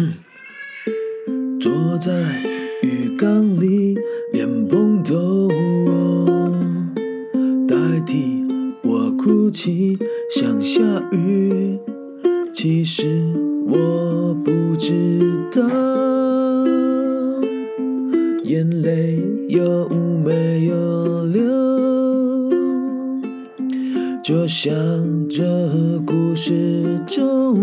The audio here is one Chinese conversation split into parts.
坐在浴缸里，莲蓬头代替我哭泣，想下雨。其实我不知道，眼泪有没有流，就像这故事中，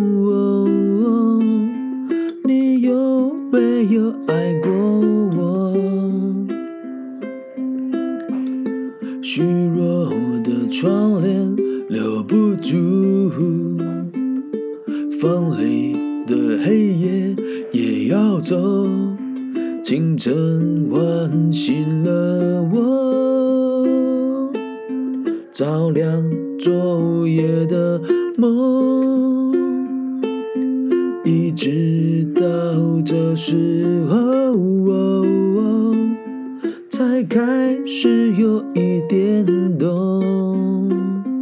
你有没有爱过我？虚弱的窗帘留不住，风里的黑夜也要走。清晨唤醒了我，照亮昨夜的梦，一直到这时候，才开始有一点懂。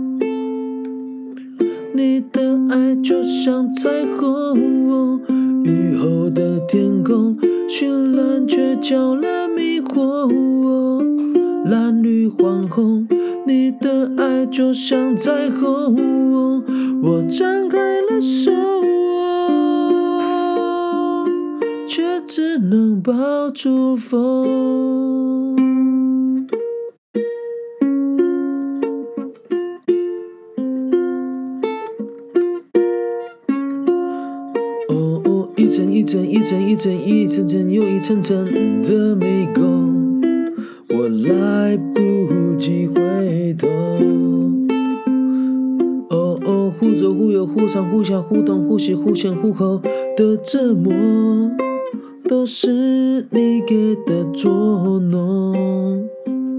你的爱就像彩虹，雨后的天空绚烂却浇了迷惑，蓝绿黄红。你的爱就像彩虹，我张开了手，却只能抱住风。一层一层一层一层一层层又一层层的迷宫，我来不及回头。忽左忽右忽上忽下忽东忽西忽前忽后的折磨，都是你给的捉弄。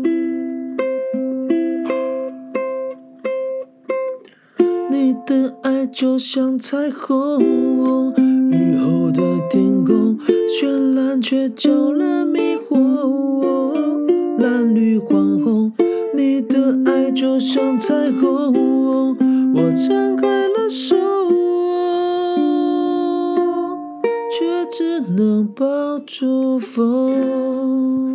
你的爱就像彩虹，雨后的天空绚烂却浇了迷惑，蓝绿黄红。你的爱就像彩虹，我张开了手，却只能抱住风。